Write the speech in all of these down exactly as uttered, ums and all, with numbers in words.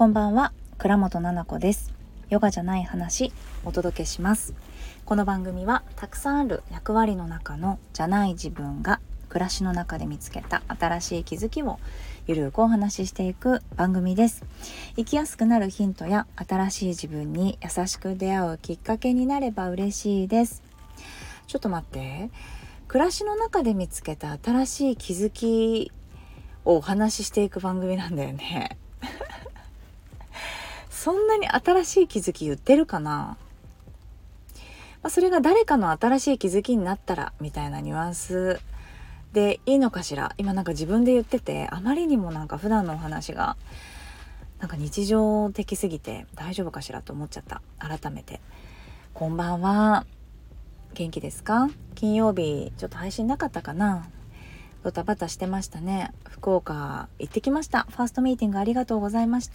こんばんは、倉本々子です。ヨガじゃない話お届けします。この番組はたくさんある役割の中のじゃない自分が暮らしの中で見つけた新しい気づきをゆるくお話ししていく番組です。生きやすくなるヒントや新しい自分に優しく出会うきっかけになれば嬉しいです。ちょっと待って、暮らしの中で見つけた新しい気づきをお話ししていく番組なんだよね。そんなに新しい気づき言ってるかな、まあ、それが誰かの新しい気づきになったらみたいなニュアンスでいいのかしら。今なんか自分で言ってて、あまりにもなんか普段のお話がなんか日常的すぎて大丈夫かしらと思っちゃった。改めてこんばんは、元気ですか？金曜日ちょっと配信なかったかな。ドタバタしてましたね。福岡行ってきました。ファーストミーティングありがとうございました。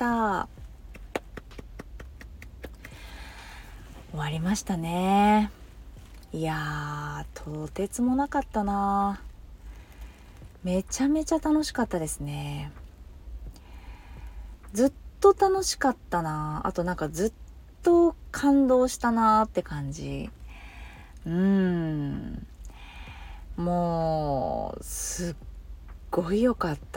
終わりましたね。いやー、とてつもなかったな。めちゃめちゃ楽しかったですね。ずっと楽しかったな。あとなんかずっと感動したなって感じ。うーんもうすっごい良かった。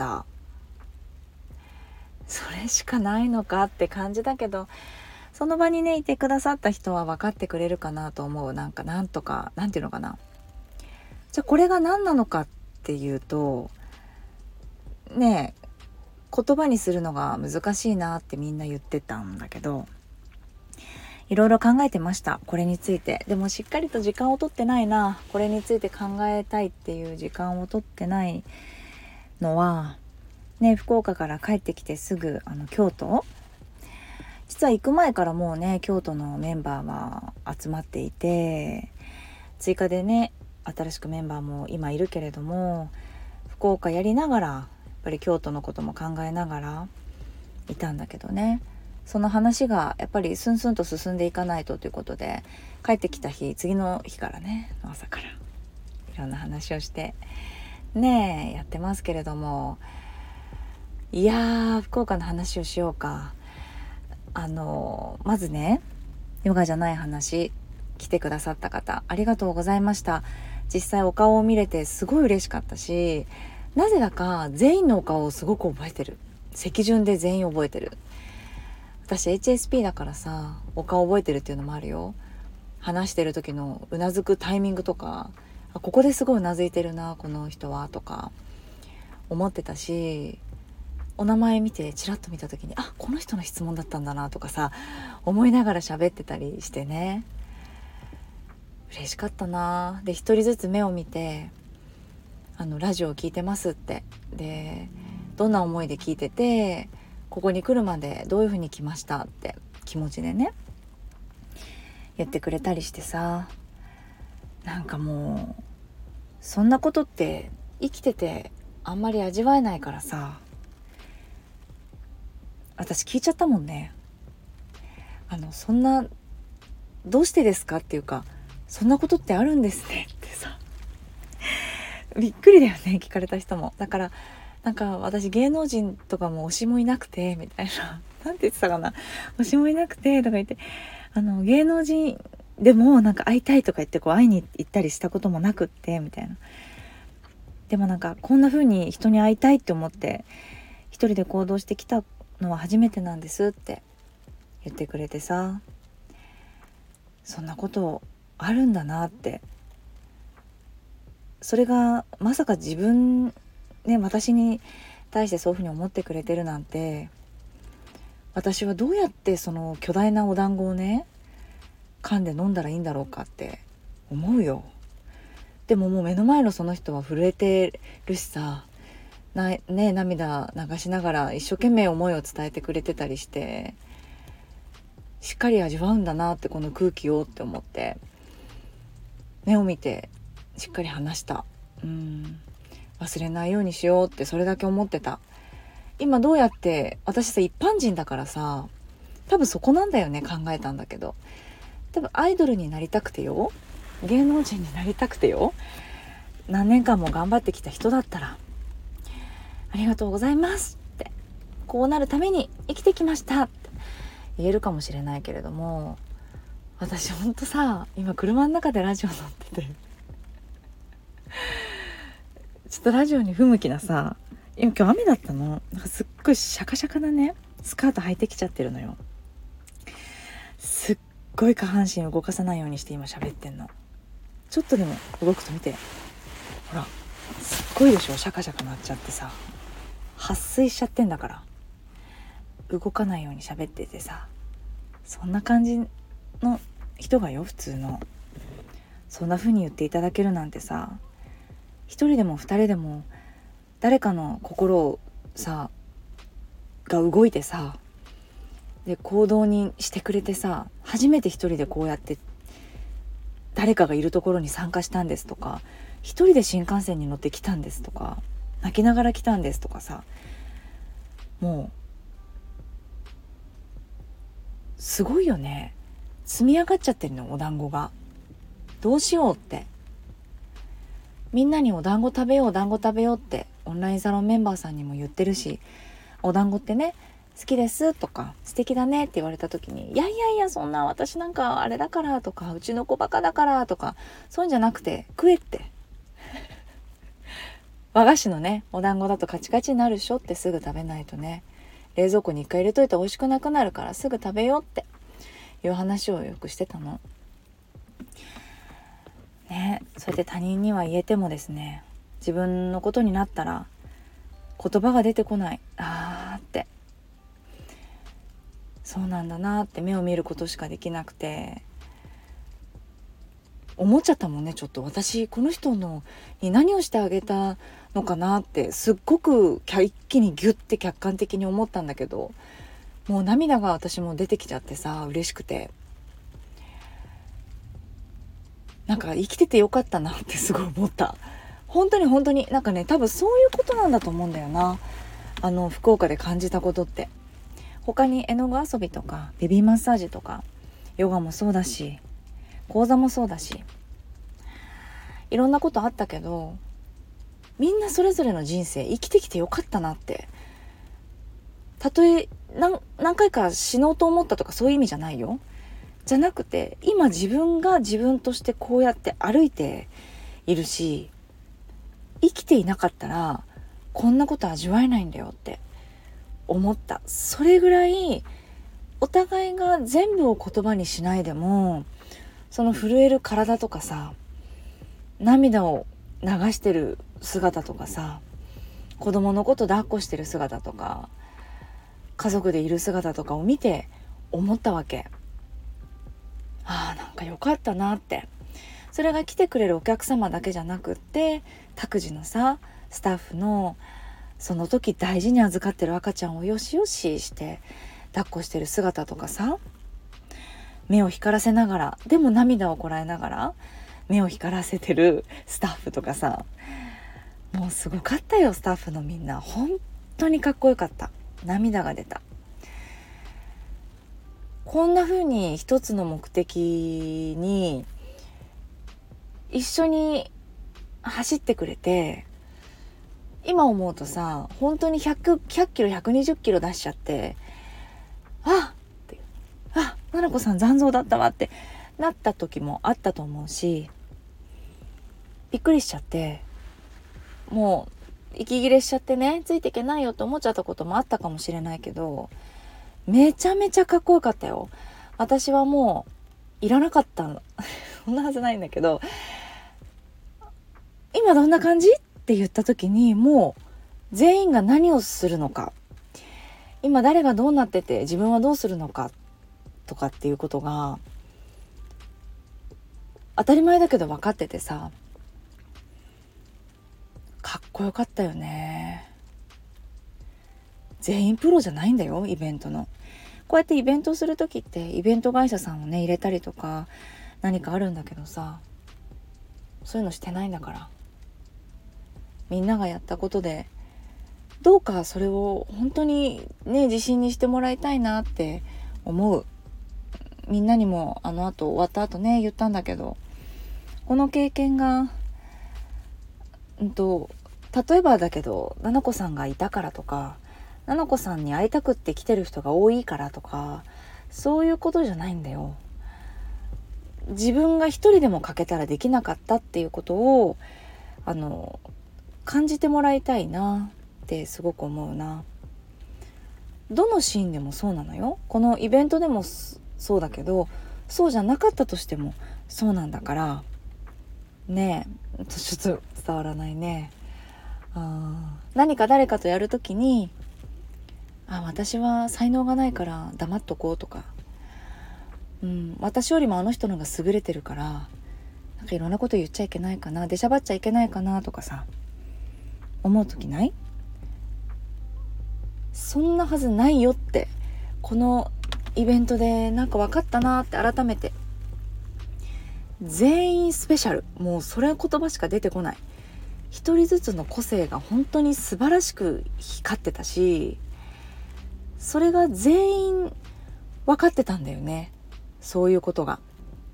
それしかないのかって感じだけど、その場にねいてくださった人は分かってくれるかなと思う。なんかなんとかなんていうのかな。じゃあこれが何なのかっていうとねえ、言葉にするのが難しいなってみんな言ってたんだけど、いろいろ考えてました、これについて。でもしっかりと時間を取ってないな。これについて考えたいっていう時間を取ってないのはね、福岡から帰ってきてすぐあの京都、実は行く前からもうね京都のメンバーは集まっていて、追加でね新しくメンバーも今いるけれども、福岡やりながらやっぱり京都のことも考えながらいたんだけどね、その話がやっぱりスンスンと進んでいかないとということで、帰ってきた日次の日からね朝からいろんな話をしてねえやってますけれども、いやー福岡の話をしようか。あのまずね、ヨガじゃない話来てくださった方ありがとうございました。実際お顔を見れてすごい嬉しかったし、なぜだか全員のお顔をすごく覚えてる。席順で全員覚えてる。私 エイチエスピー だからさ、お顔覚えてるっていうのもあるよ。話してる時のうなずくタイミングとか、あここですごいうなずいてるなこの人はとか思ってたし、お名前見てチラッと見た時にあこの人の質問だったんだなとかさ思いながら喋ってたりしてね、嬉しかったな。で一人ずつ目を見て、あのラジオを聞いてますって、でどんな思いで聞いててここに来るまでどういう風に来ましたって気持ちでね言ってくれたりしてさ、なんかもうそんなことって生きててあんまり味わえないからさ、私聞いちゃったもんね。あのそんなどうしてですかっていうか、そんなことってあるんですねってさびっくりだよね聞かれた人も。だからなんか私芸能人とかも推しもいなくてみたいななんて言ってたかな、推しもいなくてとか言って、あの芸能人でもなんか会いたいとか言ってこう会いに行ったりしたこともなくってみたいな。でもなんかこんな風に人に会いたいって思って一人で行動してきたのは初めてなんですって言ってくれてさ、そんなことあるんだなって。それがまさか自分ね、私に対してそういうふうに思ってくれてるなんて、私はどうやってその巨大なお団子をね噛んで飲んだらいいんだろうかって思うよ。でももう目の前のその人は震えてるしさな、ね、涙流しながら一生懸命思いを伝えてくれてたりして、しっかり味わうんだなってこの空気をって思って目を見てしっかり話した。うん忘れないようにしようってそれだけ思ってた。今どうやって私さ一般人だからさ、多分そこなんだよね考えたんだけど、多分アイドルになりたくてよ、芸能人になりたくてよ、何年間も頑張ってきた人だったらありがとうございますってこうなるために生きてきましたって言えるかもしれないけれども、私ほんとさ、今車の中でラジオ乗っててちょっとラジオに不向きなさ、今今日雨だったの、なんかすっごいシャカシャカなねスカート履いてきちゃってるのよ。すっごい下半身を動かさないようにして今喋ってんの。ちょっとでも動くと見て、ほらすっごいでしょ、シャカシャカなっちゃってさ、撥水しちゃってんだから、動かないように喋っててさ、そんな感じの人がよ、普通の。そんな風に言っていただけるなんてさ、一人でも二人でも誰かの心をさが動いてさ、で行動にしてくれてさ、初めて一人でこうやって誰かがいるところに参加したんですとか、一人で新幹線に乗ってきたんですとか、泣きながら来たんですとかさ、もうすごいよね。積み上がっちゃってるの、お団子が。どうしようって、みんなにお団子食べようお団子食べようってオンラインサロンメンバーさんにも言ってるし、お団子ってね好きですとか素敵だねって言われた時に、いやいやいやそんな私なんかあれだからとか、うちの子バカだからとか、そういうんじゃなくて食えって和菓子のねお団子だとカチカチになるでしょって、すぐ食べないとね、冷蔵庫に一回入れといて美味しくなくなるからすぐ食べようっていう話をよくしてたのね。そうやって他人には言えてもですね、自分のことになったら言葉が出てこない。あーって、そうなんだなって目を見ることしかできなくて、思っちゃったもんね。ちょっと私この人のに何をしてあげたのかなってすっごく一気にギュッて客観的に思ったんだけど、もう涙が私も出てきちゃってさ、嬉しくて、なんか生きててよかったなってすごい思った。本当に本当になんかね、多分そういうことなんだと思うんだよな、あの福岡で感じたことって。他に絵の具遊びとかベビーマッサージとかヨガもそうだし、講座もそうだし、いろんなことあったけど、みんなそれぞれの人生生きてきてよかったなって。たとえ 何, 何回か死のうと思ったとかそういう意味じゃないよ。じゃなくて、今自分が自分としてこうやって歩いているし、生きていなかったらこんなこと味わえないんだよって思った。それぐらいお互いが全部を言葉にしないでも、その震える体とかさ、涙を流してる姿とかさ、子供のこと抱っこしてる姿とか、家族でいる姿とかを見て思ったわけ。ああ、なんか良かったなって。それが来てくれるお客様だけじゃなくって、託児のさスタッフのその時大事に預かってる赤ちゃんをよしよしして抱っこしてる姿とかさ、目を光らせながらでも涙をこらえながら目を光らせてるスタッフとかさ、もうすごかったよ。スタッフのみんな本当にかっこよかった。涙が出た。こんな風に一つの目的に一緒に走ってくれて、今思うとさ、本当にひゃく、ひゃっキロひゃくにじゅっキロ出しちゃって、あってあななこさん残像だったわってなった時もあったと思うし、びっくりしちゃって、もう息切れしちゃってね、ついていけないよと思っちゃったこともあったかもしれないけど、めちゃめちゃかっこよかったよ。私はもういらなかったのそんなはずないんだけど、今どんな感じって言った時に、もう全員が何をするのか、今誰がどうなってて自分はどうするのかとかっていうことが当たり前だけど分かっててさ、かっこよかったよね。全員プロじゃないんだよ、イベントの。こうやってイベントをする時ってイベント会社さんをね入れたりとか何かあるんだけどさ、そういうのしてないんだから、みんながやったことでどうかそれを本当にね自信にしてもらいたいなって思う。みんなにもあの後終わった後ね言ったんだけど、この経験がうんと例えばだけど、ななこさんがいたからとかななこさんに会いたくって来てる人が多いからとか、そういうことじゃないんだよ。自分が一人でも書けたらできなかったっていうことをあの感じてもらいたいなってすごく思うな。どのシーンでもそうなのよ。このイベントでもそうだけど、そうじゃなかったとしてもそうなんだからね。えちょっと伝わらないね。あ、何か誰かとやるときに、あ、私は才能がないから黙っとこうとか、うん、私よりもあの人の方が優れてるからなんかいろんなこと言っちゃいけないかな、出しゃばっちゃいけないかなとかさ、思うときない？そんなはずないよって、このイベントでなんか分かったなって改めて。全員スペシャル、もうそれ言葉しか出てこない。一人ずつの個性が本当に素晴らしく光ってたし、それが全員分かってたんだよね。そういうことが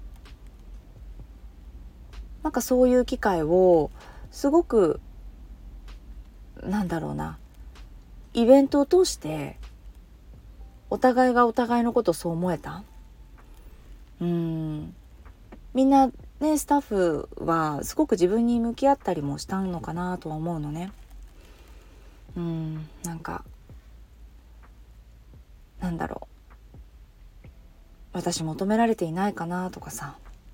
なんかそういう機会をすごくなんだろうな、イベントを通してお互いがお互いのことをそう思えた。うーんみんなね、スタッフはすごく自分に向き合ったりもしたのかなとは思うのね。うーんなんかなんだろう、私求められていないかなとかさ、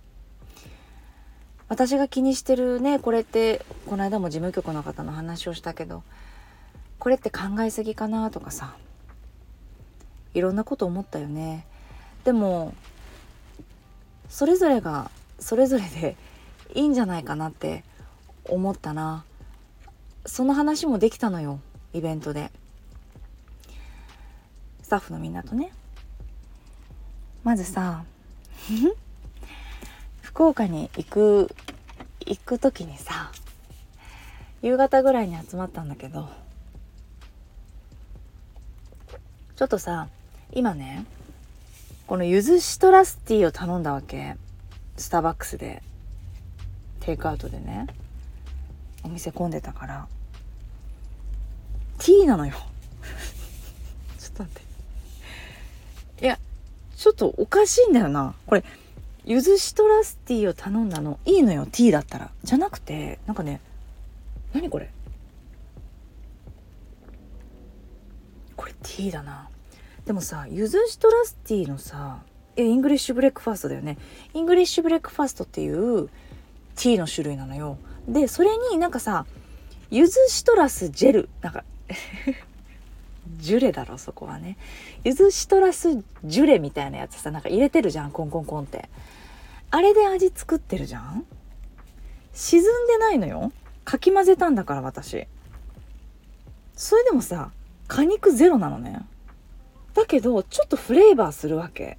私が気にしてるね、これってこの間も事務局の方の話をしたけど、これって考えすぎかなとかさ、いろんなこと思ったよね。でもそれぞれがそれぞれでいいんじゃないかなって思ったな。その話もできたのよ、イベントでスタッフのみんなとね。まずさ福岡に行く行く時にさ、夕方ぐらいに集まったんだけど、ちょっとさ、今ねこのゆずシトラスティーを頼んだわけ。スターバックスでテイクアウトでね、お店混んでたからティーなのよちょっと待って、いやちょっとおかしいんだよなこれ。ゆずシトラスティーを頼んだのいいのよ、ティーだったら。じゃなくてなんかね、何これ、これティーだな。でもさ、ゆずシトラスティーのさ、えイングリッシュブレックファーストだよね。イングリッシュブレックファーストっていうティーの種類なのよ。でそれになんかさ、ゆずシトラスジェル、なんかジュレだろそこはね、ゆずシトラスジュレみたいなやつさ、なんか入れてるじゃん、コンコンコンって。あれで味作ってるじゃん。沈んでないのよ、かき混ぜたんだから私。それでもさ、果肉ゼロなのね。だけどちょっとフレーバーするわけ。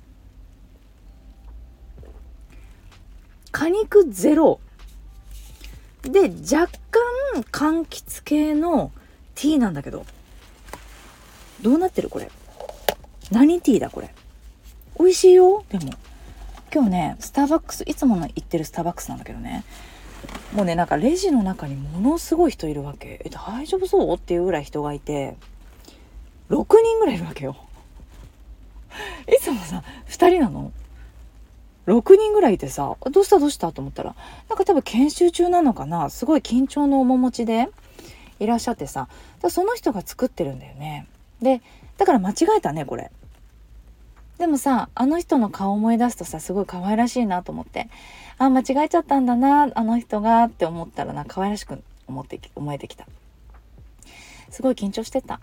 果肉ゼロで若干柑橘系のティーなんだけど、どうなってるこれ、何ティーだこれ。美味しいよ。でも今日ね、スターバックス、いつもの行ってるスターバックスなんだけどね、もうね、なんかレジの中にものすごい人いるわけ。え大丈夫そうっていうぐらい人がいて、ろくにんぐらいいるわけよ。いつもさふたりなの、ろくにんぐらいいてさ、どうしたどうしたと思ったら、なんか多分研修中なのかな、すごい緊張の面持ちでいらっしゃってさ、その人が作ってるんだよね。でだから間違えたねこれ。でもさ、あの人の顔思い出すとさ、すごい可愛らしいなと思って、あ間違えちゃったんだなあの人がって思ったらな、可愛らしく思って思えてきた。すごい緊張してた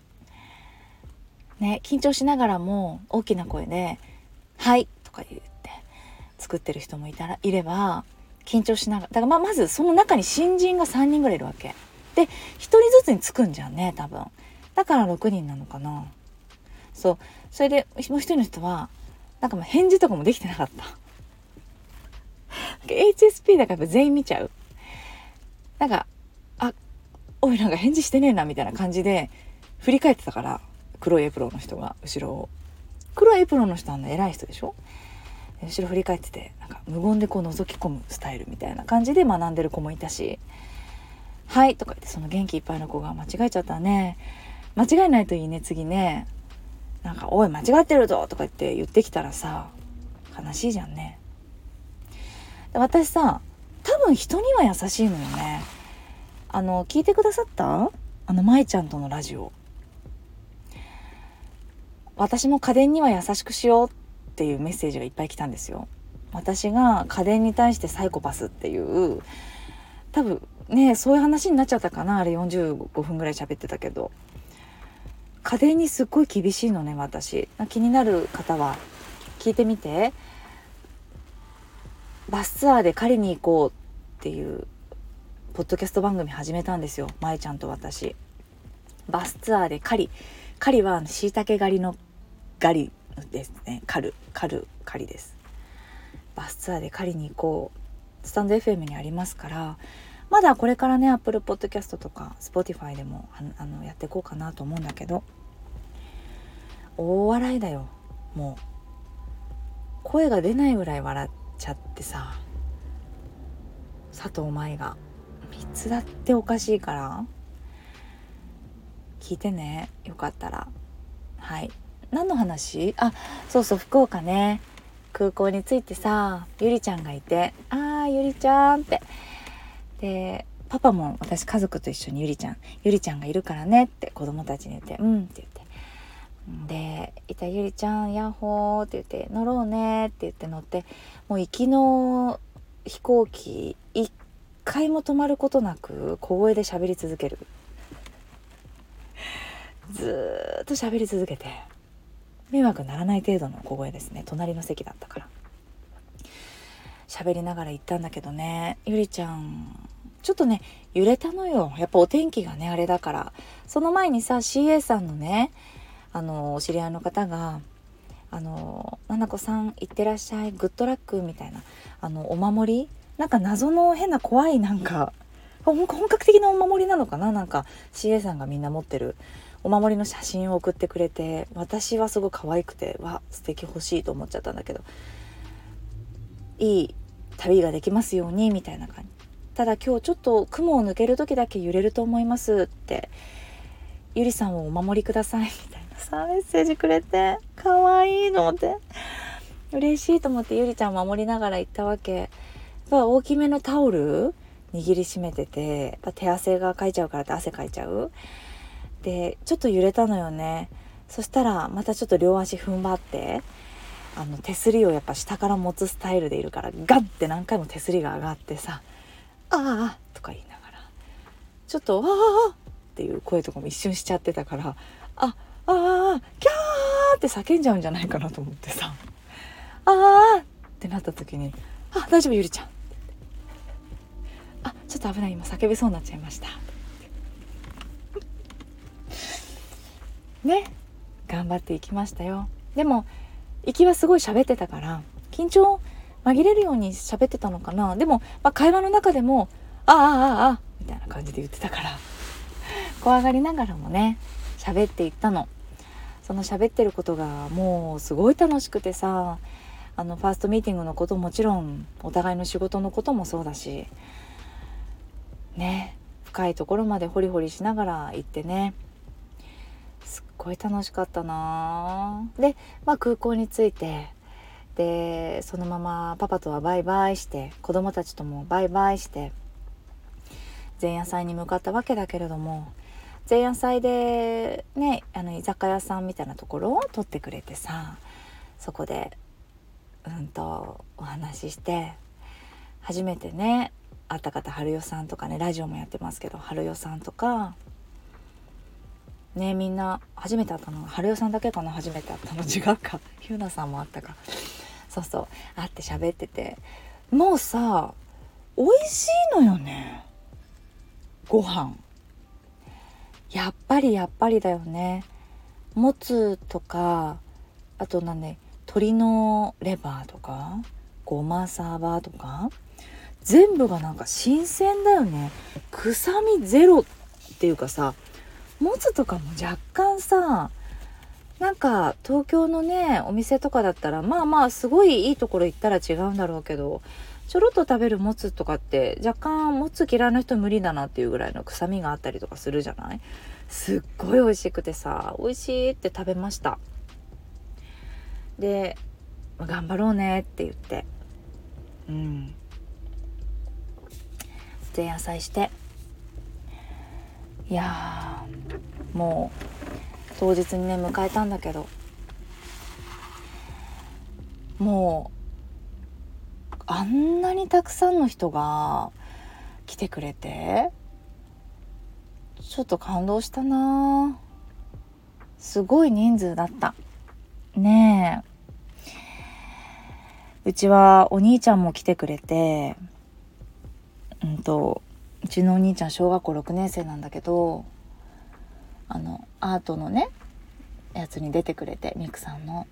ね。緊張しながらも大きな声ではいとか言って作ってる人もいたらいれば、緊張しながら、だからまあまずその中に新人がさんにんぐらいいるわけで、ひとりずつにつくんじゃんね多分。だからろくにんなのかな。そう、それでもう一人の人はなんかもう返事とかもできてなかった。エイチエスピー だからやっぱ全員見ちゃう。なんかあおいなんか返事してねえなみたいな感じで振り返ってたから、黒いエプロンの人が後ろを、黒いエプロンの人はね偉い人でしょ。後ろ振り返ってて、なんか無言でこう覗き込むスタイルみたいな感じで学んでる子もいたし、はいとか言って、その元気いっぱいの子が間違えちゃったね、 間違いないといいね。次ね、なんかおい間違ってるぞとか言って言ってきたらさ、悲しいじゃんね。で私さ、多分人には優しいのよね。あの聞いてくださったあのまいちゃんとのラジオ、私も家電には優しくしようっていうメッセージがいっぱい来たんですよ。私が家電に対してサイコパスっていう、多分ねそういう話になっちゃったかな。あれよんじゅうごふんぐらい喋ってたけど、家電にすっごい厳しいのね私。気になる方は聞いてみて。バスツアーで狩りに行こうっていうポッドキャスト番組始めたんですよ、まえちゃんと私。バスツアーで狩り、狩りはしいたけ狩りの狩りですね。狩る狩る狩りです。バスツアーで狩りに行こう、スタンド エフエム にありますから、まだこれからね Apple Podcast とか Spotify でもあのやっていこうかなと思うんだけど、大笑いだよ。もう声が出ないぐらい笑っちゃってさ、佐藤舞がいつだっておかしいから聞いてね、よかったら。はい、何の話？あ、そうそう、福岡ね、空港に着いてさ、ゆりちゃんがいて、あーゆりちゃんって、でパパも私家族と一緒にゆりちゃんゆりちゃんがいるからねって子供たちに言って、うんって言って、でいたゆりちゃんヤッホーって言って乗ろうねって言って乗って、もう行きの飛行機一回も止まることなく小声で喋り続ける。ずーっと喋り続けて、迷惑ならない程度の小声ですね。隣の席だったから喋りながら行ったんだけどね、ゆりちゃんちょっとね揺れたのよ。やっぱお天気がねあれだから。その前にさ シーエー さんのね、あのお知り合いの方が、あのななこさんいってらっしゃいグッドラックみたいな、あのお守り、なんか謎の変な怖い、なんか本格的なお守りなのかな、なんか シーエー さんがみんな持ってるお守りの写真を送ってくれて、私はすごい可愛くて、わ素敵、欲しいと思っちゃったんだけど、いい旅ができますようにみたいな感じ。ただ今日ちょっと雲を抜ける時だけ揺れると思いますって、ゆりさんをお守りくださいみたいなさメッセージくれて、可愛いと思って、嬉しいと思って、ゆりちゃんを守りながら行ったわけ。やっぱ大きめのタオル握りしめてて、やっぱ手汗がかいちゃうからって汗かいちゃうで、ちょっと揺れたのよね。そしたらまたちょっと両足踏ん張って、あの手すりをやっぱ下から持つスタイルでいるから、ガンって何回も手すりが上がってさ、ああとか言いながら、ちょっとああっていう声とかも一瞬しちゃってたから、ああキャーって叫んじゃうんじゃないかなと思ってさ、ああってなった時に、あ大丈夫ゆりちゃん、あちょっと危ない、今叫びそうになっちゃいましたね、頑張っていきましたよ。でも行きはすごい喋ってたから緊張紛れるように喋ってたのかな。でも、まあ、会話の中でもあああああみたいな感じで言ってたから、怖がりながらもね喋っていったの。その喋ってることがもうすごい楽しくてさ、あのファーストミーティングのこともちろん、お互いの仕事のこともそうだしね、深いところまでホリホリしながら行ってね、すっごい楽しかったな。で、まあ、空港に着いて、でそのままパパとはバイバイして、子供たちともバイバイして前夜祭に向かったわけだけれども、前夜祭でね、あの居酒屋さんみたいなところを取ってくれてさ、そこでうんとお話しして、初めてね会った方、春代さんとかね、ラジオもやってますけど春代さんとかね、みんな初めて会ったの春代さんだけかな、初めて会ったの。違うか、ひゅうなさんも会ったか。そうそう、会って喋ってて、もうさ美味しいのよね、ご飯。やっぱりやっぱりだよね。もつとか、あとなんで鶏のレバーとかごまサバとか、全部がなんか新鮮だよね。臭みゼロっていうかさ、もつとかも若干さ、なんか東京のねお店とかだったらまあまあすごいいいところ行ったら違うんだろうけど、 ちょろっと食べるもつとかって若干もつ嫌いな人無理だなっていうぐらいの臭みがあったりとかするじゃない。すっごい美味しくてさ、美味しいって食べました。で、まあ、頑張ろうねって言ってうん前夜祭して、いやーもう当日にね迎えたんだけど、もうあんなにたくさんの人が来てくれてちょっと感動したな。すごい人数だったねえ。うちはお兄ちゃんも来てくれて、うんとうちのお兄ちゃん小学校ろくねん生なんだけど、あのアートのねやつに出てくれて、ミクさんの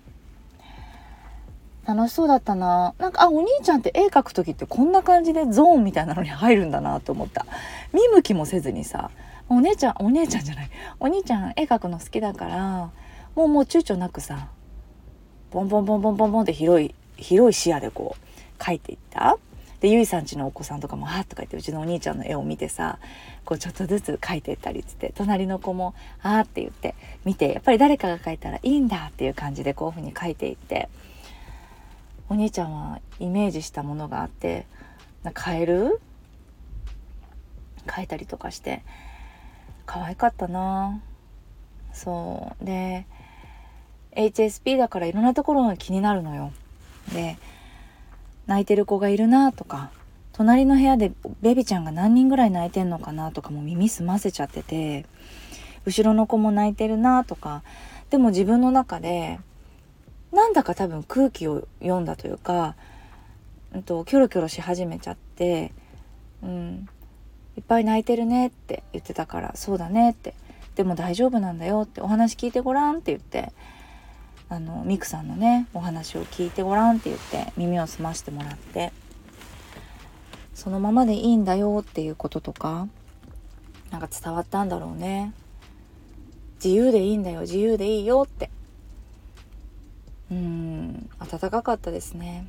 楽しそうだったな。なんかあお兄ちゃんって絵描く時ってこんな感じでゾーンみたいなのに入るんだなと思った。見向きもせずにさ、お姉ちゃんお姉ちゃんじゃないお兄ちゃん絵描くの好きだから、もうもう躊躇なくさボンボンボンボンボンボンって広い広い視野でこう描いていった。でゆいさんちのお子さんとかもはーとか言ってうちのお兄ちゃんの絵を見てさ、こうちょっとずつ描いていったりつって、隣の子もあーって言って見て、やっぱり誰かが描いたらいいんだっていう感じでこういう風に描いていって、お兄ちゃんはイメージしたものがあって、カエル描いたりとかして可愛かったな。そうで エイチエスピー だからいろんなところが気になるのよ。で泣いてる子がいるなとか、隣の部屋でベビちゃんが何人ぐらい泣いてんのかなとかも耳澄ませちゃってて、後ろの子も泣いてるなとか、でも自分の中でなんだか多分空気を読んだというか、うんとキョロキョロし始めちゃって、うん、いっぱい泣いてるねって言ってたから、そうだねって、でも大丈夫なんだよって、お話聞いてごらんって言って、あのミクさんのねお話を聞いてごらんって言って耳を澄ましてもらって、そのままでいいんだよっていうこととかなんか伝わったんだろうね。自由でいいんだよ、自由でいいよって。うーん温かかったですね。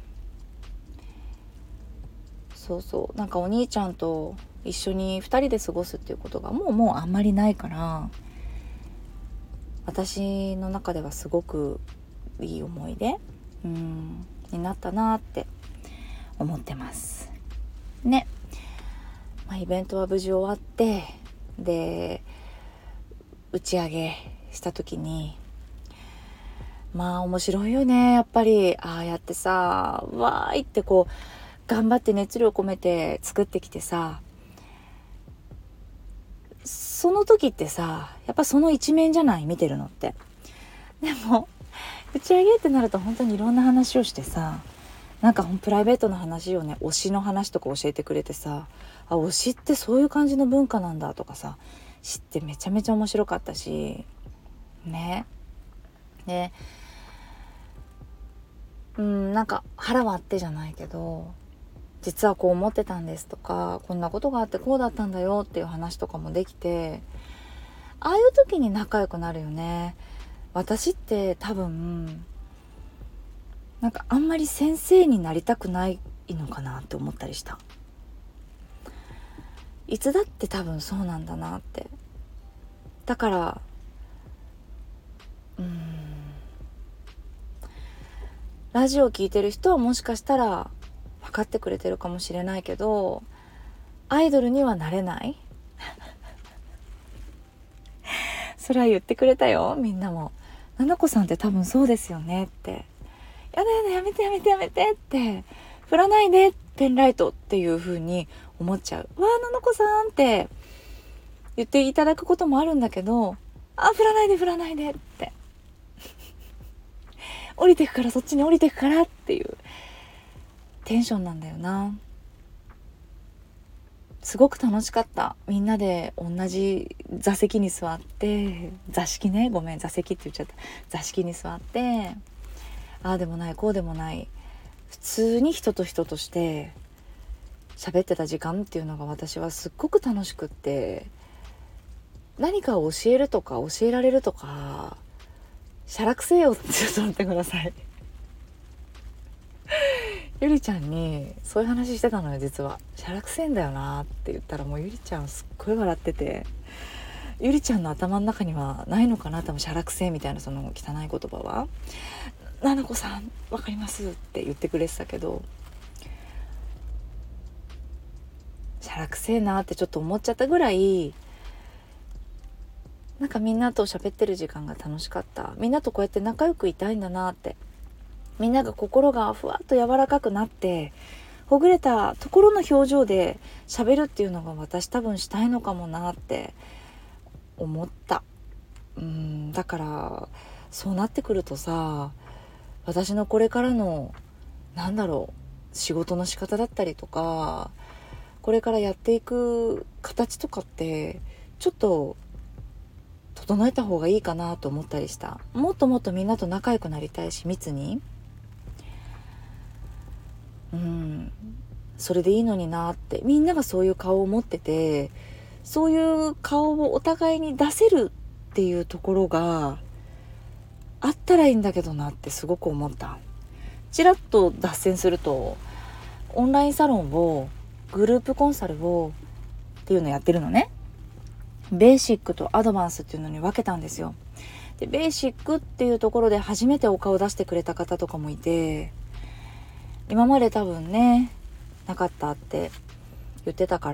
そうそう、なんかお兄ちゃんと一緒にふたりで過ごすっていうことがもうもうあんまりないから、私の中ではすごくいい思い出うんになったなって思ってますね。まあ、イベントは無事終わって、で打ち上げした時に、まあ面白いよねやっぱり。ああやってさわーいってこう頑張って熱量込めて作ってきてさ、その時ってさやっぱその一面じゃない見てるのって。でも打ち上げってなると本当にいろんな話をしてさ、なんかプライベートの話をね、推しの話とか教えてくれてさ、あ推しってそういう感じの文化なんだとかさ知ってめちゃめちゃ面白かったしね。でうんなんか腹割ってじゃないけど、実はこう思ってたんですとか、こんなことがあってこうだったんだよっていう話とかもできて、ああいう時に仲良くなるよね。私って多分なんかあんまり先生になりたくないのかなって思ったりした。いつだって多分そうなんだなって。だからうーんラジオ聞いてる人はもしかしたら分かってくれてるかもしれないけど、アイドルにはなれないそれは言ってくれたよみんなも。ななこさんって多分そうですよねって。やだやだやめてやめてやめてって振らないでペンライトっていう風に思っちゃう。わーななこさんって言っていただくこともあるんだけど、あ振らないで振らないでって降りてくからそっちに降りてくからっていうテンションなんだよな。すごく楽しかった。みんなで同じ座席に座って、座敷ねごめん座席って言っちゃった、座敷に座ってああでもないこうでもない普通に人と人として喋ってた時間っていうのが私はすっごく楽しくって、何かを教えるとか教えられるとかしゃらくせえよってちょっと待ってくださいゆりちゃんにそういう話してたのよ。実はしゃらくせえんだよなって言ったら、もうゆりちゃんすっごい笑ってて、ゆりちゃんの頭の中にはないのかな、多分しゃらくせえみたいなその汚い言葉は。ななこさんわかりますって言ってくれてたけど、しゃらくせえなってちょっと思っちゃったぐらい、なんかみんなと喋ってる時間が楽しかった。みんなとこうやって仲良くいたいんだなって、みんなが心がふわっと柔らかくなってほぐれたところの表情で喋るっていうのが私多分したいのかもなって思った。うーんだからそうなってくるとさ、私のこれからのなんだろう仕事の仕方だったりとか、これからやっていく形とかってちょっと整えた方がいいかなと思ったりした。もっともっとみんなと仲良くなりたいし、密に、うんそれでいいのになって、みんながそういう顔を持ってて、そういう顔をお互いに出せるっていうところがあったらいいんだけどなってすごく思った。ちらっと脱線すると、オンラインサロンをグループコンサルをっていうのやってるのね。ベーシックとアドバンスっていうのに分けたんですよ。でベーシックっていうところで初めてお顔を出してくれた方とかもいて、今まで多分ねなかったって言ってたから、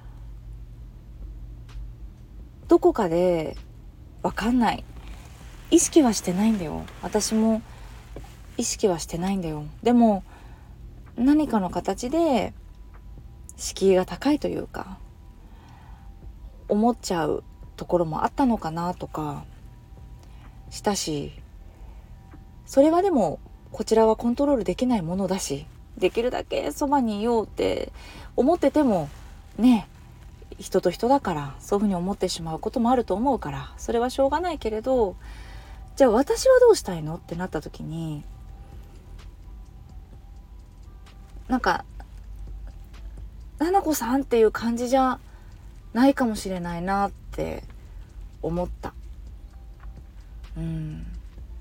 どこかで分かんない、意識はしてないんだよ。私も意識はしてないんだよ。でも何かの形で敷居が高いというか思っちゃうところもあったのかなとかしたし、それはでもこちらはコントロールできないものだし、できるだけそばにいようって思っててもね、人と人だからそういうふうに思ってしまうこともあると思うから、それはしょうがないけれど、じゃあ私はどうしたいのってなった時に、なんかななこさんっていう感じじゃないかもしれないなって思った。うん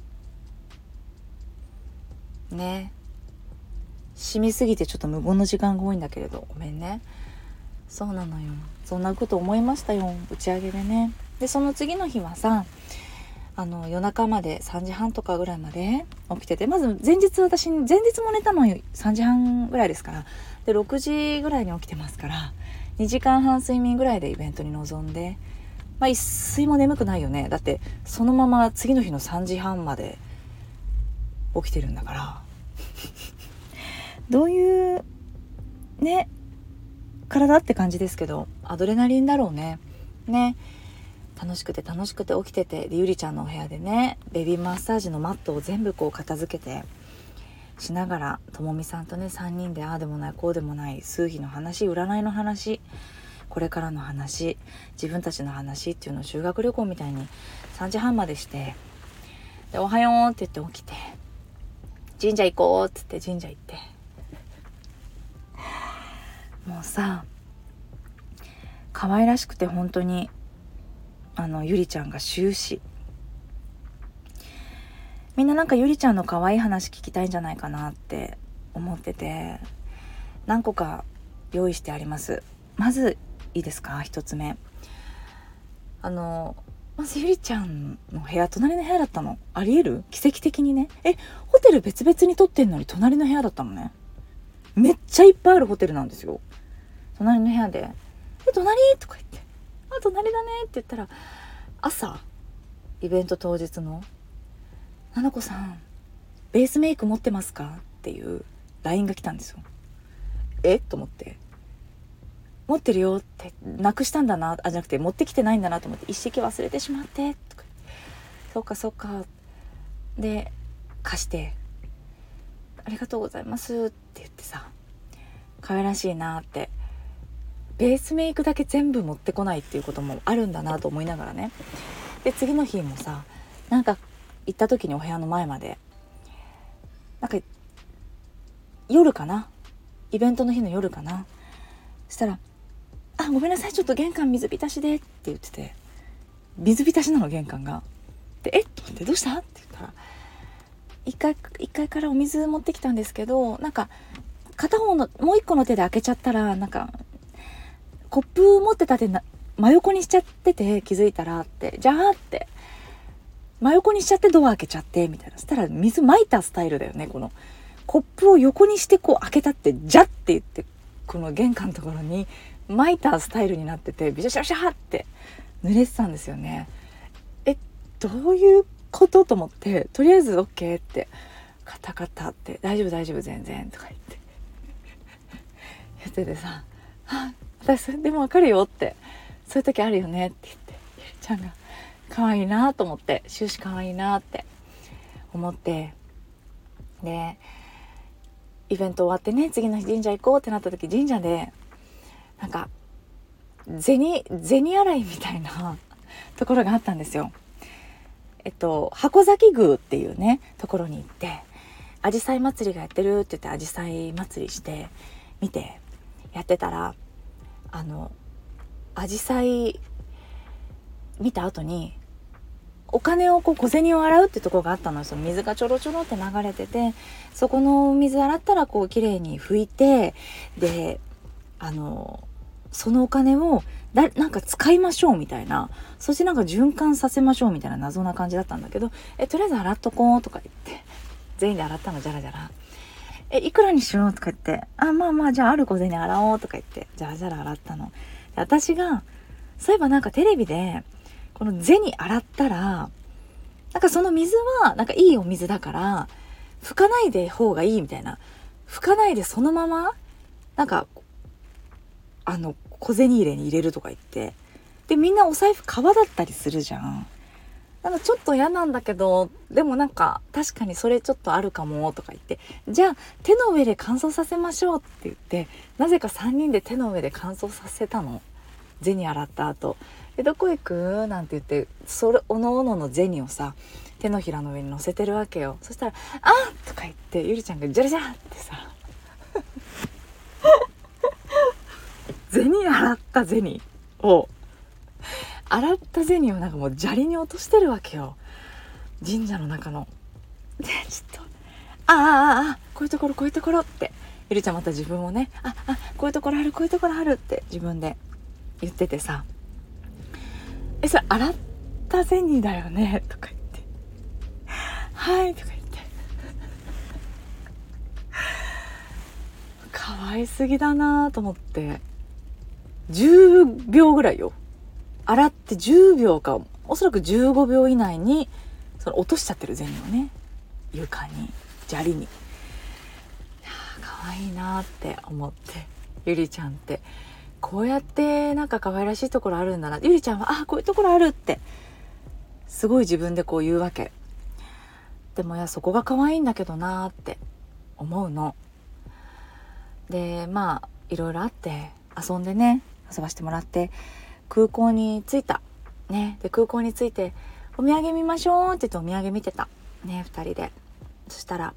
ね、染みすぎてちょっと無言の時間が多いんだけれどごめんね。そうなのよ、そんなこと思いましたよ、打ち上げでね。でその次の日はさ、あの夜中までさんじはんとかぐらいまで起きてて、まず前日私前日も寝たのさんじはんぐらいですから、でろくじぐらいに起きてますから、にじかんはん睡眠ぐらいでイベントに臨んで、まあ一睡も眠くないよね。だってそのまま次の日のさんじはんまで起きてるんだからどういうね体って感じですけど、アドレナリンだろうね。ね、楽しくて楽しくて起きてて、でゆりちゃんのお部屋でねベビーマッサージのマットを全部こう片付けてしながら、ともみさんとねさんにんでああでもないこうでもない数秘の話、占いの話、これからの話、自分たちの話っていうのを修学旅行みたいにさんじはんまでして、でおはようって言って起きて、神社行こうって言って神社行って、もうさ可愛らしくて本当にあのゆりちゃんが終始、みんななんかゆりちゃんの可愛い話聞きたいんじゃないかなって思ってて、何個か用意してあります。まずいいですか、一つ目、あのまずゆりちゃんの部屋隣の部屋だったの。ありえる？奇跡的にね。えホテル別々に取ってんのに隣の部屋だったのね。めっちゃいっぱいあるホテルなんですよ。隣の部屋でえ隣とか言って、あ隣だねって言ったら、朝イベント当日のななこさんベースメイク持ってますかっていう ライン が来たんですよ。えと思って、持ってるよって、なくしたんだな、あじゃなくて持ってきてないんだなと思って、一式忘れてしまってとか、そうかそうかで貸して、ありがとうございますって言ってさ、可愛らしいなって、ベースメイクだけ全部持ってこないっていうこともあるんだなと思いながらね。で次の日もさ、なんか行った時にお部屋の前まで、なんか夜かな、イベントの日の夜かな、そしたらあごめんなさいちょっと玄関水浸しでって言ってて、水浸しなの玄関が。でえっと思って、どうしたって言ったら、 一階一階からお水持ってきたんですけど、なんか片方のもう一個の手で開けちゃったら、なんかコップ持ってた手な真横にしちゃってて、気づいたらって、じゃあって真横にしちゃってドア開けちゃってみたいな。そしたら水まいたスタイルだよね。このコップを横にしてこう開けたって、じゃって言ってこの玄関のところにまいたスタイルになってて、ビシャシャビシャって濡れてたんですよね。えどういうことと思って、とりあえず OK ってカタカタって大丈夫大丈夫全然とか言って言っててさ、あ私それでもわかるよって、そういう時あるよねって言って、ゆりちゃんが可愛いなと思って、終始可愛いなって思って、でイベント終わってね、次の日神社行こうってなった時、神社でなんか銭銭洗いみたいなところがあったんですよ。えっと箱崎宮っていうねところに行って、あじさい祭りがやってるって言って、あじさい祭りして見てやってたら、あのあじさい見た後にお金をこう小銭を洗うってところがあったのよ。その水がちょろちょろって流れてて、そこの水洗ったらこう綺麗に拭いて、であのそのお金をだなんか使いましょうみたいな、そしてなんか循環させましょうみたいな謎な感じだったんだけど、えとりあえず洗っとこうとか言って全員で洗ったの、じゃらじゃら。えいくらにしようとか言って、あまあまあじゃあある小銭洗おうとか言ってじゃらじゃら洗ったの。で私がそういえばなんかテレビでこの銭洗ったら、なんかその水はなんかいいお水だから拭かないで方がいいみたいな、拭かないでそのままなんかあの小銭入れに入れるとか言って、でみんなお財布革だったりするじゃん。なんかちょっと嫌なんだけど、でもなんか確かにそれちょっとあるかもとか言って、じゃあ手の上で乾燥させましょうって言って、なぜかさんにんで手の上で乾燥させたの、銭洗った後で。どこ行くなんて言って、それおのおのの銭をさ手のひらの上に乗せてるわけよ。そしたらあっとか言ってゆりちゃんがジャラジャラってさ銭洗った銭を洗った銭をなんかもう砂利に落としてるわけよ、神社の中の。でちょっとああああこういうところこういうところってゆりちゃんまた自分をね、ああこういうところあるこういうところあるって自分で言っててさ、えそれ洗った銭だよねとか言ってはいとか言ってかわいすぎだなと思って、じゅうびょうぐらいよ、洗ってじゅうびょうかおそらくじゅうごびょう以内にその落としちゃってる銭をね、床に砂利に。いやかわいいなって思って、ゆりちゃんってこうやってなんか可愛らしいところあるんだな。ゆりちゃんはあこういうところあるってすごい自分でこう言うわけ。でもいやそこが可愛いんだけどなって思うの。でまあいろいろあって遊んでね、遊ばしてもらって空港に着いたね。で空港に着いてお土産見ましょうって言ってお土産見てたね、ふたりで。そしたら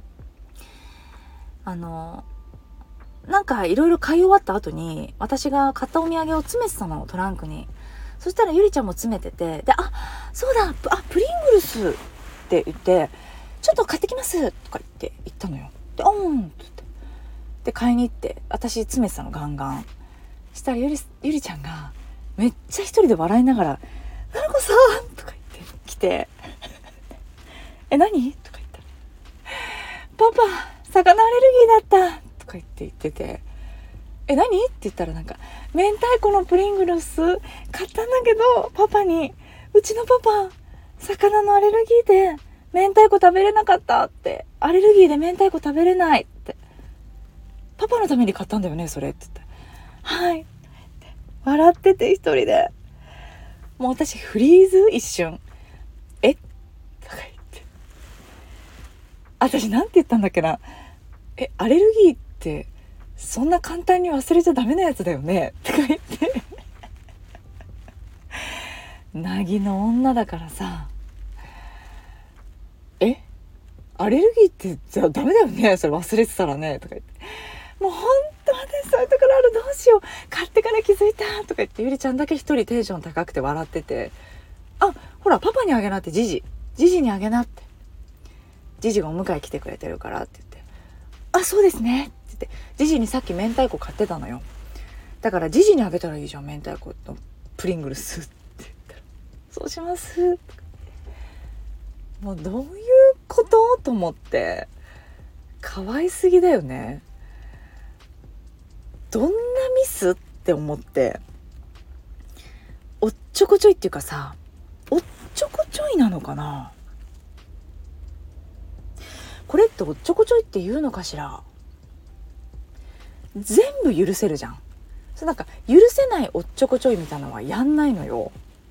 あのなんかいろいろ買い終わった後に私が買ったお土産を詰めてたの、トランクに。そしたらゆりちゃんも詰めてて、であそうだあプリングルスって言ってちょっと買ってきますとか言って言ったのよ。でおーんって言ってで買いに行って、私詰めてたのガンガン。したらゆりゆりちゃんがめっちゃ一人で笑いながら「ななこさん!」とか言って来て「え何?」とか言ったら「パパ魚アレルギーだった」とか言って言ってて「え何?」って言ったらなんか「明太子のプリングルス買ったんだけどパパにうちのパパ魚のアレルギーで明太子食べれなかった」って「アレルギーで明太子食べれない」って「パパのために買ったんだよねそれ」って言って「はい」笑ってて一人でもう私フリーズ一瞬「えとか言って私なんて言ったんだっけな「えアレルギーってそんな簡単に忘れちゃダメなやつだよね」とか言ってなぎの女だからさ「えアレルギーってじゃあダメだよねそれ忘れてたらね」とか言ってもう本当私そういうところあるどうしよう買ってから気づいたとか言ってゆりちゃんだけ一人テンション高くて笑ってて、あほらパパにあげなってジジジジにあげなってジジがお迎え来てくれてるからって言って、あ、そうですねって言って、ジジにさっき明太子買ってたのよ。だからジジにあげたらいいじゃん、明太子とプリングルスって言ったら、そうします。もうどういうことと思って、可愛すぎだよね。どんなミスって思って、おっちょこちょいっていうかさ、おっちょこちょいなのかな、これっておっちょこちょいって言うのかしら。全部許せるじゃん。そう、なんか許せないおっちょこちょいみたいなのはやんないのよ。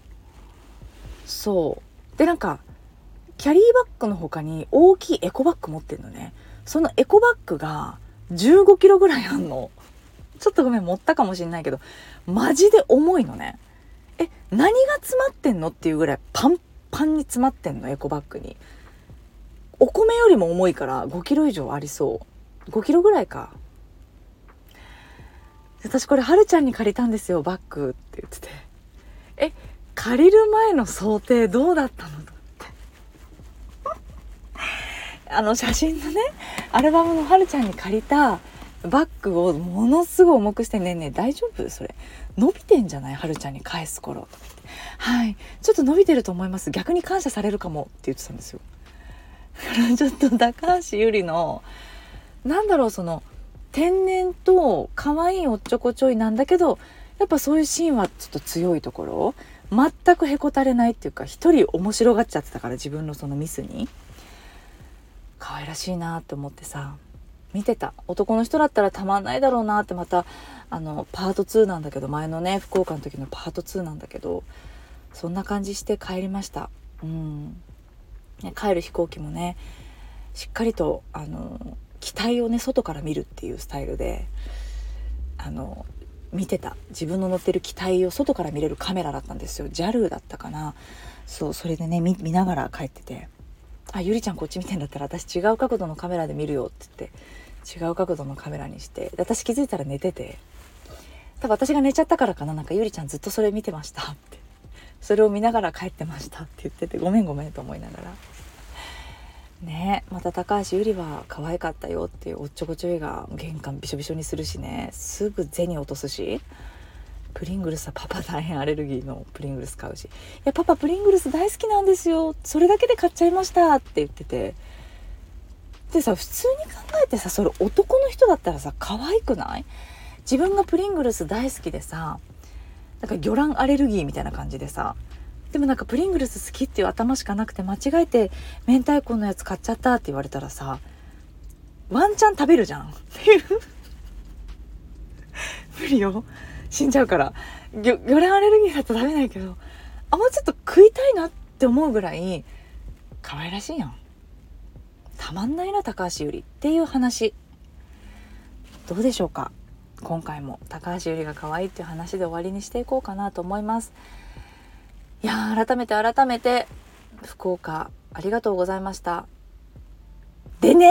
そうで、なんかキャリーバッグの他に大きいエコバッグ持ってんのね。そのエコバッグがじゅうごキロぐらいあんの。ちょっとごめん、持ったかもしんないけど、マジで重いのね。え、何が詰まってんのっていうぐらいパンパンに詰まってんの、エコバッグに。お米よりも重いからごキロ以上ありそう。ごキロぐらいか。私これはるちゃんに借りたんですよ、バッグって言ってて、え、借りる前の想定どうだったのと思ってあの写真のね、アルバムのはるちゃんに借りたバッグをものすごい重くして、ねえねえ大丈夫それ伸びてんじゃない、はるちゃんに返す頃とか言って、はいちょっと伸びてると思います、逆に感謝されるかもって言ってたんですよ。だからちょっと高橋ゆりのなんだろう、その天然と可愛いおっちょこちょいなんだけど、やっぱそういうシーンはちょっと強いところ、全くへこたれないっていうか、一人面白がっちゃってたから、自分のそのミスに可愛らしいなって思ってさ見てた。男の人だったらたまんないだろうなって。またあのパートツーなんだけど、前のね福岡の時のパートツーなんだけど、そんな感じして帰りました。うんね、帰る飛行機もねしっかりとあの機体をね外から見るっていうスタイルであの見てた。自分の乗ってる機体を外から見れるカメラだったんですよ。 ジャル だったかな。そう、それでね 見, 見ながら帰ってて、あ、ゆりちゃんこっち見てんだったら私違う角度のカメラで見るよって言って違う角度のカメラにして、で私気づいたら寝てて、多分私が寝ちゃったからかな、なんかゆりちゃんずっとそれ見てましたって、それを見ながら帰ってましたって言ってて、ごめんごめんと思いながらね。また高橋ゆりは可愛かったよっていう、おっちょこちょいが玄関びしょびしょにするしね、すぐ銭落とすし、プリングルスはパパ大変アレルギーのプリングルス買うし、いやパパプリングルス大好きなんですよ、それだけで買っちゃいましたって言ってて、でさ、普通に考えてさ、それ男の人だったらさ可愛くない？自分がプリングルス大好きでさ、なんか魚卵アレルギーみたいな感じでさ、でもなんかプリングルス好きっていう頭しかなくて間違えて明太子のやつ買っちゃったって言われたらさ、ワンチャン食べるじゃんっていう無理よ、死んじゃうから。魚卵アレルギーだと食べないけど、あ、もうちょっと食いたいなって思うぐらい可愛らしいやん。たまんないな高橋ゆりっていう話、どうでしょうか。今回も高橋ゆりが可愛いっていう話で終わりにしていこうかなと思います。いやー、改めて改めて福岡ありがとうございました。でね、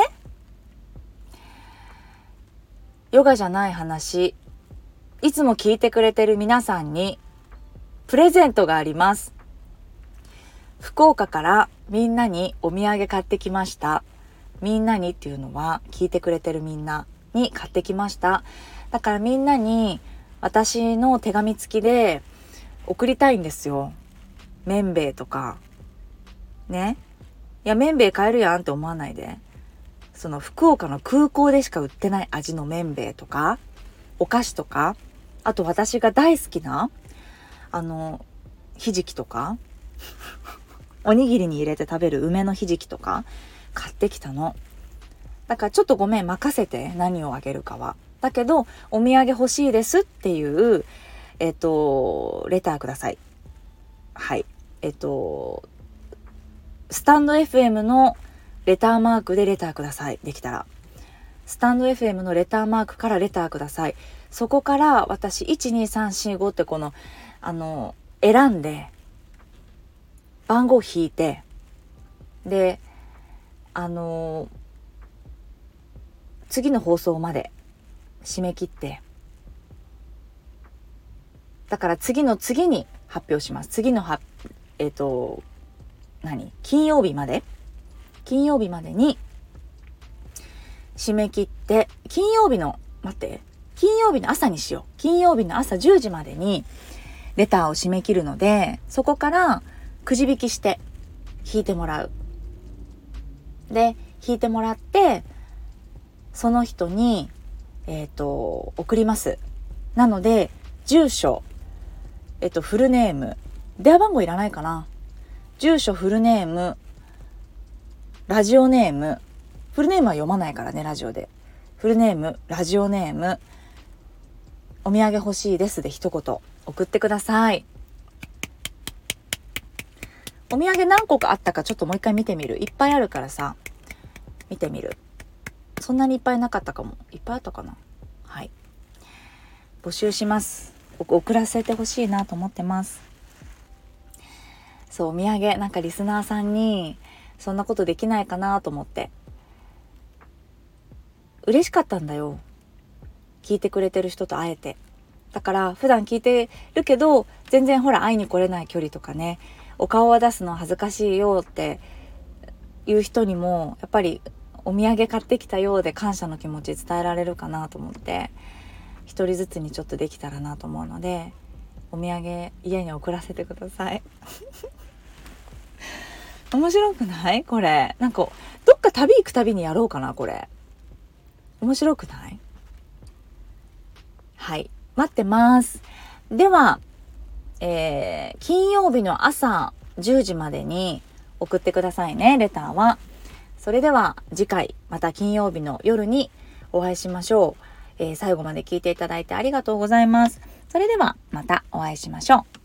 ヨガじゃない話、いつも聞いてくれてる皆さんにプレゼントがあります。福岡からみんなにお土産買ってきました。みんなにっていうのは聞いてくれてるみんなに買ってきました。だからみんなに私の手紙付きで送りたいんですよ。麺べいとかね。いや麺べい買えるやんって思わないで、その福岡の空港でしか売ってない味の麺べいとかお菓子とか、あと私が大好きなあのひじきとかおにぎりに入れて食べる梅のひじきとか買ってきたの。だからちょっとごめん、任せて、何をあげるかは。だけどお土産欲しいですっていうえっとレターください。はい、えっとスタンド エフエム のレターマークでレターください。できたらスタンド エフエム のレターマークからレターください。そこから私いちにさんしごってこのあの選んで番号引いて、であの次の放送まで締め切って、だから次の次に発表します。次のはえっと何金曜日まで金曜日までに締め切って、金曜日の待って金曜日の朝にしよう金曜日の朝じゅうじまでにレターを締め切るので、そこからくじ引きして引いてもらう。で引いてもらって、その人にえっと送ります。なので住所、えっとフルネーム、電話番号いらないかな。住所、フルネーム、ラジオネーム、フルネームは読まないからね、ラジオで。フルネーム、ラジオネーム、お土産欲しいですで一言送ってください。お土産何個かあったかちょっともう一回見てみる。いっぱいあるからさ、見てみる。そんなにいっぱいなかったかも。いっぱいあったかな。はい。募集します。送らせてほしいなと思ってます。そう、お土産なんかリスナーさんにそんなことできないかなと思って嬉しかったんだよ。聞いてくれてる人と会えて。だから普段聞いてるけど全然ほら会いに来れない距離とかね、お顔は出すの恥ずかしいよっていう人にもやっぱりお土産買ってきたようで感謝の気持ち伝えられるかなと思って、一人ずつにちょっとできたらなと思うので、お土産家に送らせてください。面白くないこれ。なんかどっか旅行くたびにやろうかなこれ。面白くない？はい、待ってます。では、えー、金曜日の朝じゅうじまでに送ってくださいね、レターは。それでは次回また金曜日の夜にお会いしましょう。えー、最後まで聞いていただいてありがとうございます。それではまたお会いしましょう。